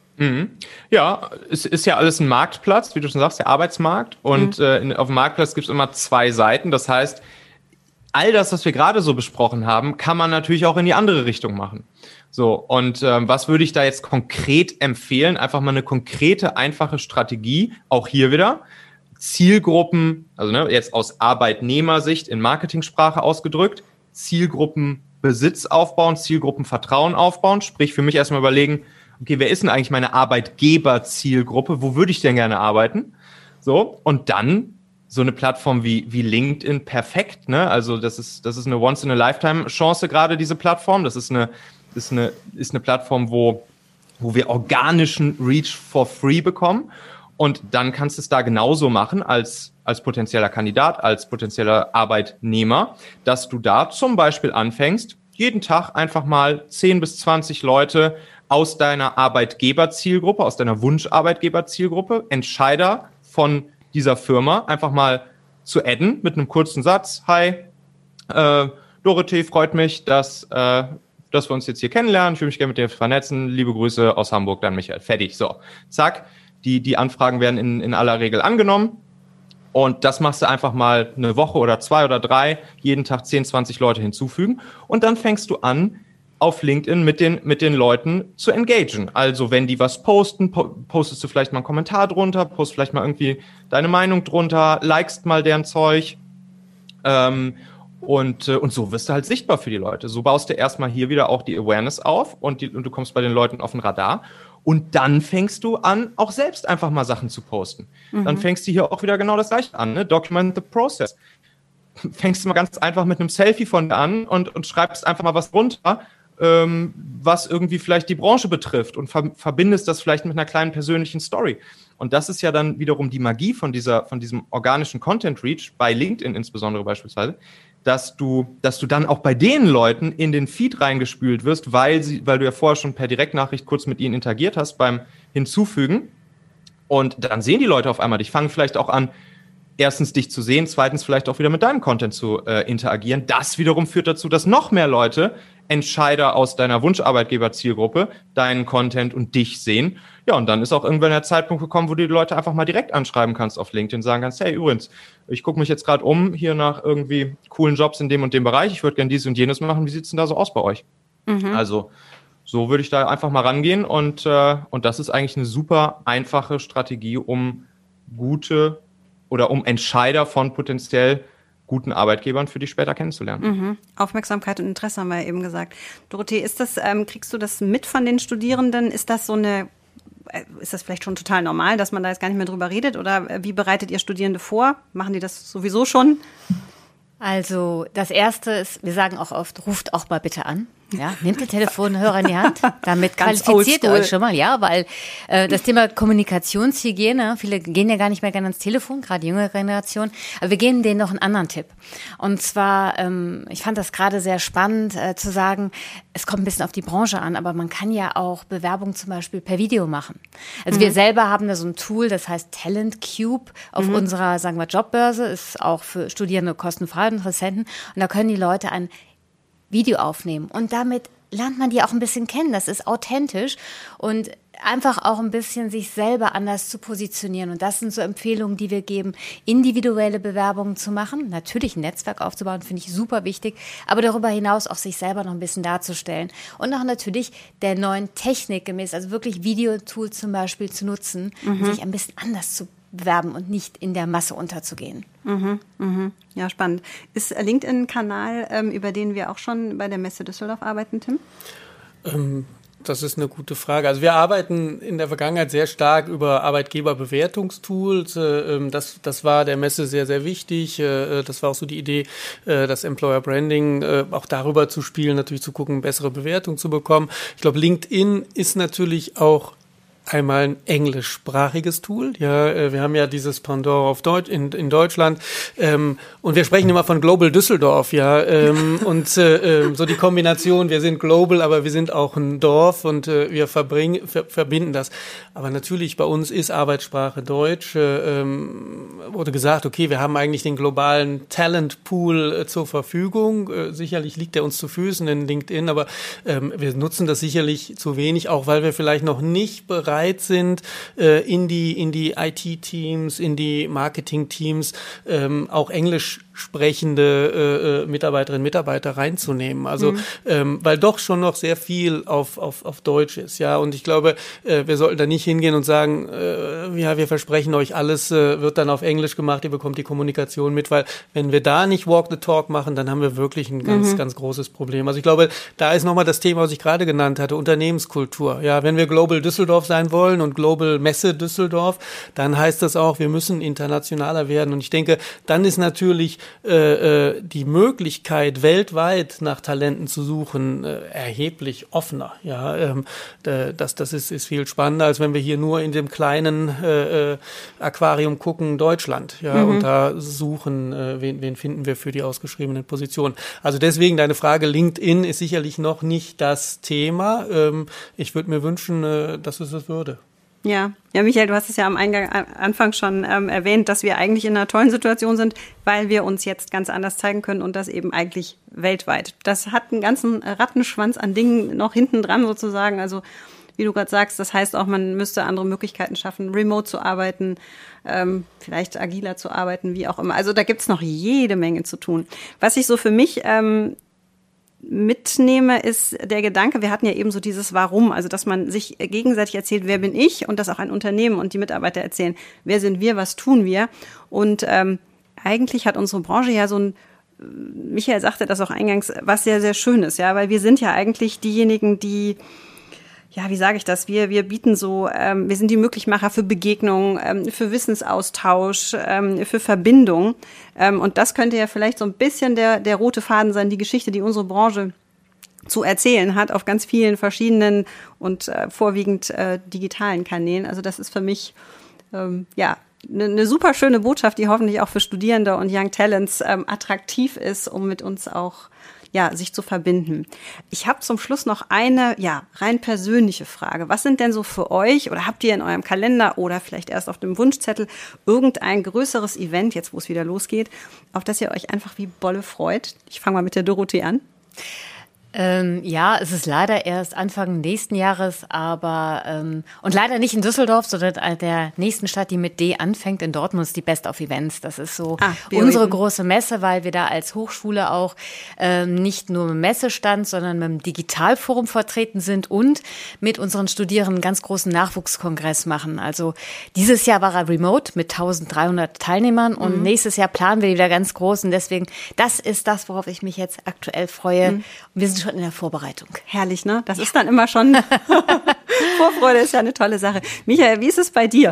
[SPEAKER 4] Ja, es ist ja alles ein Marktplatz, wie du schon sagst, der Arbeitsmarkt. Und auf dem Marktplatz gibt es immer 2 Seiten. Das heißt, all das, was wir gerade so besprochen haben, kann man natürlich auch in die andere Richtung machen. So, und was würde ich da jetzt konkret empfehlen? Einfach mal eine konkrete, einfache Strategie, auch hier wieder. Zielgruppen, also jetzt aus Arbeitnehmersicht in Marketingsprache ausgedrückt, Zielgruppenbesitz aufbauen, Zielgruppenvertrauen aufbauen. Sprich, für mich erstmal überlegen, okay, wer ist denn eigentlich meine Arbeitgeber-Zielgruppe? Wo würde ich denn gerne arbeiten? So, und dann so eine Plattform wie LinkedIn perfekt, ne? Also das ist eine Once-in-a-Lifetime-Chance gerade, diese Plattform. Das ist eine Plattform, wo wir organischen Reach for free bekommen. Und dann kannst du es da genauso machen als potenzieller Kandidat, als potenzieller Arbeitnehmer, dass du da zum Beispiel anfängst, jeden Tag einfach mal 10 bis 20 Leute aus deiner Arbeitgeberzielgruppe, aus deiner Wunscharbeitgeberzielgruppe, Entscheider von dieser Firma einfach mal zu adden mit einem kurzen Satz. Hi, Dorothee, freut mich, dass wir uns jetzt hier kennenlernen. Ich würde mich gerne mit dir vernetzen. Liebe Grüße aus Hamburg, dann Michael. Fertig. So, zack. Die Anfragen werden in aller Regel angenommen. Und das machst du einfach mal eine Woche oder 2 oder 3, jeden Tag 10, 20 Leute hinzufügen. Und dann fängst du an, auf LinkedIn mit den Leuten zu engagen. Also wenn die was posten, postest du vielleicht mal einen Kommentar drunter, postest vielleicht mal irgendwie deine Meinung drunter, likest mal deren Zeug. Und so wirst du halt sichtbar für die Leute. So baust du erstmal hier wieder auch die Awareness auf und du kommst bei den Leuten auf den Radar. Und dann fängst du an, auch selbst einfach mal Sachen zu posten. Dann fängst du hier auch wieder genau das Gleiche an, ne? Document the process. Fängst du mal ganz einfach mit einem Selfie von dir an und schreibst einfach mal was runter, was irgendwie vielleicht die Branche betrifft und verbindest das vielleicht mit einer kleinen persönlichen Story. Und das ist ja dann wiederum die Magie von diesem organischen Content Reach, bei LinkedIn insbesondere beispielsweise, dass du dann auch bei den Leuten in den Feed reingespült wirst, weil du ja vorher schon per Direktnachricht kurz mit ihnen interagiert hast beim Hinzufügen. Und dann sehen die Leute auf einmal dich, fangen vielleicht auch an, erstens dich zu sehen, zweitens vielleicht auch wieder mit deinem Content zu interagieren. Das wiederum führt dazu, dass noch mehr Leute, Entscheider aus deiner Wunscharbeitgeber-Zielgruppe, deinen Content und dich sehen. Ja, und dann ist auch irgendwann der Zeitpunkt gekommen, wo du die Leute einfach mal direkt anschreiben kannst auf LinkedIn, sagen kannst, hey, übrigens, ich gucke mich jetzt gerade um hier nach irgendwie coolen Jobs in dem und dem Bereich. Ich würde gerne dies und jenes machen. Wie sieht's denn da so aus bei euch? Also so würde ich da einfach mal rangehen und das ist eigentlich eine super einfache Strategie, um Entscheider von potenziell guten Arbeitgebern für dich später kennenzulernen.
[SPEAKER 1] Aufmerksamkeit und Interesse haben wir ja eben gesagt. Dorothee, kriegst du das mit von den Studierenden? Ist das vielleicht schon total normal, dass man da jetzt gar nicht mehr drüber redet? Oder wie bereitet ihr Studierende vor? Machen die das sowieso schon?
[SPEAKER 2] Also das Erste ist, wir sagen auch oft, ruft auch mal bitte an. Ja, nehmt den Telefonhörer in die Hand, damit qualifiziert ihr euch schon mal, ja, weil das Thema Kommunikationshygiene, viele gehen ja gar nicht mehr gerne ans Telefon, gerade die jüngere Generation, aber wir geben denen noch einen anderen Tipp. Und zwar, ich fand das gerade sehr spannend zu sagen, es kommt ein bisschen auf die Branche an, aber man kann ja auch Bewerbung zum Beispiel per Video machen. Also wir selber haben da so ein Tool, das heißt Talent Cube auf unserer, sagen wir, Jobbörse, ist auch für Studierende kostenfrei und Interessenten und da können die Leute ein Video aufnehmen und damit lernt man die auch ein bisschen kennen. Das ist authentisch und einfach auch ein bisschen sich selber anders zu positionieren. Und das sind so Empfehlungen, die wir geben, individuelle Bewerbungen zu machen. Natürlich ein Netzwerk aufzubauen, finde ich super wichtig. Aber darüber hinaus auch sich selber noch ein bisschen darzustellen. Und auch natürlich der neuen Technik gemäß, also wirklich Videotools zum Beispiel zu nutzen, sich ein bisschen anders zu bewerben und nicht in der Masse unterzugehen.
[SPEAKER 1] Ja, spannend. Ist LinkedIn ein Kanal, über den wir auch schon bei der Messe Düsseldorf arbeiten, Tim?
[SPEAKER 3] Das ist eine gute Frage. Also wir arbeiten in der Vergangenheit sehr stark über Arbeitgeberbewertungstools. Das war der Messe sehr, sehr wichtig. Das war auch so die Idee, das Employer Branding auch darüber zu spielen, natürlich zu gucken, bessere Bewertung zu bekommen. Ich glaube, LinkedIn ist natürlich auch einmal ein englischsprachiges Tool. Ja, wir haben ja dieses Pendant auf Deutsch in Deutschland und wir sprechen immer von Global Düsseldorf, ja, und so die Kombination, wir sind global, aber wir sind auch ein Dorf und wir verbinden das. Aber natürlich bei uns ist Arbeitssprache Deutsch. Wurde gesagt, okay, wir haben eigentlich den globalen Talentpool zur Verfügung. Sicherlich liegt er uns zu Füßen in LinkedIn, aber wir nutzen das sicherlich zu wenig, auch weil wir vielleicht noch nicht bereit sind, in die IT-Teams, in die Marketing-Teams auch Englisch sprechende Mitarbeiterinnen und Mitarbeiter reinzunehmen. Also weil doch schon noch sehr viel auf Deutsch ist, ja. Und ich glaube, wir sollten da nicht hingehen und sagen, ja, wir versprechen euch, alles wird dann auf Englisch gemacht, ihr bekommt die Kommunikation mit, weil wenn wir da nicht Walk the Talk machen, dann haben wir wirklich ein ganz großes Problem. Also ich glaube, da ist nochmal das Thema, was ich gerade genannt hatte, Unternehmenskultur. Ja, wenn wir Global Düsseldorf sein wollen und Global Messe Düsseldorf, dann heißt das auch, wir müssen internationaler werden. Und ich denke, dann ist natürlich die Möglichkeit, weltweit nach Talenten zu suchen, erheblich offener. Ja, das ist viel spannender, als wenn wir hier nur in dem kleinen Aquarium gucken, Deutschland, ja, und da suchen, wen finden wir für die ausgeschriebenen Positionen. Also deswegen deine Frage, LinkedIn ist sicherlich noch nicht das Thema. Ich würde mir wünschen, dass es das würde.
[SPEAKER 1] Ja, Michael, du hast es ja am Anfang schon erwähnt, dass wir eigentlich in einer tollen Situation sind, weil wir uns jetzt ganz anders zeigen können und das eben eigentlich weltweit. Das hat einen ganzen Rattenschwanz an Dingen noch hinten dran sozusagen. Also wie du gerade sagst, das heißt auch, man müsste andere Möglichkeiten schaffen, remote zu arbeiten, vielleicht agiler zu arbeiten, wie auch immer. Also da gibt's noch jede Menge zu tun. Was ich so für mich mitnehme, ist der Gedanke, wir hatten ja eben so dieses Warum, also dass man sich gegenseitig erzählt, wer bin ich, und dass auch ein Unternehmen und die Mitarbeiter erzählen, wer sind wir, was tun wir. Und eigentlich hat unsere Branche ja so ein, Michael sagte das auch eingangs, was sehr, sehr Schönes, ja, weil wir sind ja eigentlich diejenigen, die, ja, wie sage ich das? Wir bieten so, wir sind die Möglichmacher für Begegnungen, für Wissensaustausch, für Verbindung. Und das könnte ja vielleicht so ein bisschen der rote Faden sein, die Geschichte, die unsere Branche zu erzählen hat, auf ganz vielen verschiedenen und vorwiegend digitalen Kanälen. Also das ist für mich, eine super schöne Botschaft, die hoffentlich auch für Studierende und Young Talents attraktiv ist, um mit uns auch sich zu verbinden. Ich habe zum Schluss noch eine, rein persönliche Frage. Was sind denn so für euch, oder habt ihr in eurem Kalender oder vielleicht erst auf dem Wunschzettel irgendein größeres Event, jetzt wo es wieder losgeht, auf das ihr euch einfach wie Bolle freut? Ich fange mal mit der Dorothee an.
[SPEAKER 2] Ja, es ist leider erst Anfang nächsten Jahres, aber und leider nicht in Düsseldorf, sondern der nächsten Stadt, die mit D anfängt, in Dortmund, ist die Best of Events. Das ist so unsere große Messe, weil wir da als Hochschule auch nicht nur mit Messestand, sondern mit dem Digitalforum vertreten sind und mit unseren Studierenden einen ganz großen Nachwuchskongress machen. Also dieses Jahr war er remote mit 1300 Teilnehmern und nächstes Jahr planen wir wieder ganz groß und deswegen, das ist das, worauf ich mich jetzt aktuell freue. Und wir sind schon in der Vorbereitung.
[SPEAKER 1] Herrlich, ne? Das ist dann immer schon, Vorfreude ist ja eine tolle Sache. Michael, wie ist es bei dir?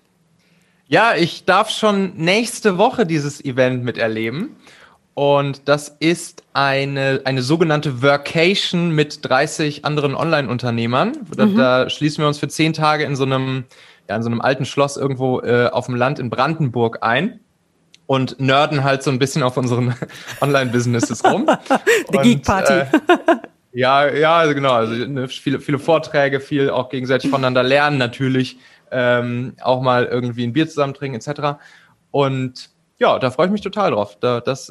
[SPEAKER 4] Ja, ich darf schon nächste Woche dieses Event miterleben. Und das ist eine sogenannte Workation mit 30 anderen Online-Unternehmern. Da schließen wir uns für 10 Tage in so einem alten Schloss irgendwo auf dem Land in Brandenburg ein. Und nerden halt so ein bisschen auf unseren Online-Businesses rum.
[SPEAKER 1] Die Geek-Party.
[SPEAKER 4] Ja, genau. Also viele Vorträge, viel auch gegenseitig voneinander lernen natürlich. Auch mal irgendwie ein Bier zusammen trinken etc. Und ja, da freue ich mich total drauf. Das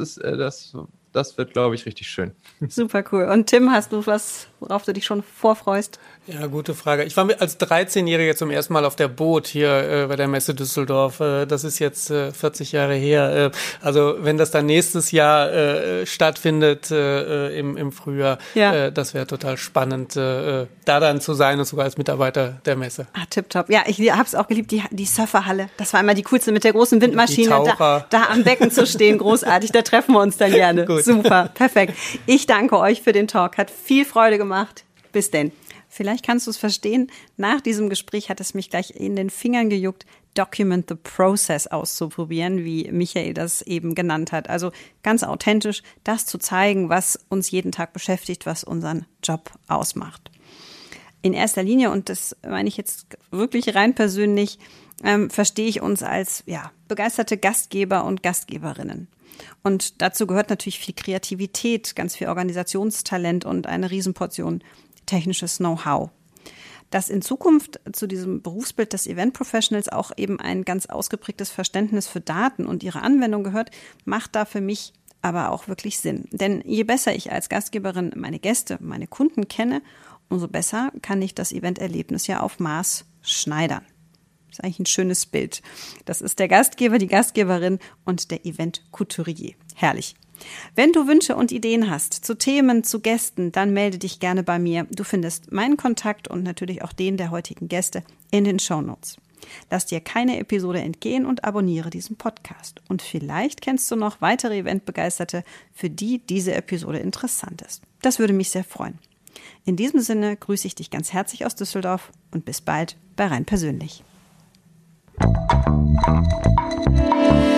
[SPEAKER 4] wird, glaube ich, richtig schön.
[SPEAKER 1] Super cool. Und Tim, hast du was, worauf du dich schon vorfreust?
[SPEAKER 3] Ja, gute Frage. Ich war als 13-Jähriger zum ersten Mal auf der Boot hier bei der Messe Düsseldorf. Das ist jetzt 40 Jahre her. Also wenn das dann nächstes Jahr stattfindet im Frühjahr, das wäre total spannend, da dann zu sein und sogar als Mitarbeiter der Messe.
[SPEAKER 1] Ah, tipptopp. Ja, ich habe es auch geliebt, die Surferhalle. Das war immer die coolste mit der großen Windmaschine. Da am Becken zu stehen, großartig. Da treffen wir uns dann gerne. Gut. Super, perfekt. Ich danke euch für den Talk. Hat viel Freude gemacht. Bis denn. Vielleicht kannst du es verstehen. Nach diesem Gespräch hat es mich gleich in den Fingern gejuckt, Document the Process auszuprobieren, wie Michael das eben genannt hat. Also ganz authentisch, das zu zeigen, was uns jeden Tag beschäftigt, was unseren Job ausmacht. In erster Linie, und das meine ich jetzt wirklich rein persönlich, verstehe ich uns als begeisterte Gastgeber und Gastgeberinnen. Und dazu gehört natürlich viel Kreativität, ganz viel Organisationstalent und eine Riesenportion technisches Know-how. Dass in Zukunft zu diesem Berufsbild des Event Professionals auch eben ein ganz ausgeprägtes Verständnis für Daten und ihre Anwendung gehört, macht da für mich aber auch wirklich Sinn. Denn je besser ich als Gastgeberin meine Gäste, meine Kunden kenne, umso besser kann ich das Eventerlebnis ja auf Maß schneidern. Das ist eigentlich ein schönes Bild. Das ist der Gastgeber, die Gastgeberin und der Event-Couturier. Herrlich. Wenn du Wünsche und Ideen hast zu Themen, zu Gästen, dann melde dich gerne bei mir. Du findest meinen Kontakt und natürlich auch den der heutigen Gäste in den Shownotes. Lass dir keine Episode entgehen und abonniere diesen Podcast. Und vielleicht kennst du noch weitere Eventbegeisterte, für die diese Episode interessant ist. Das würde mich sehr freuen. In diesem Sinne grüße ich dich ganz herzlich aus Düsseldorf und bis bald bei Rein Persönlich.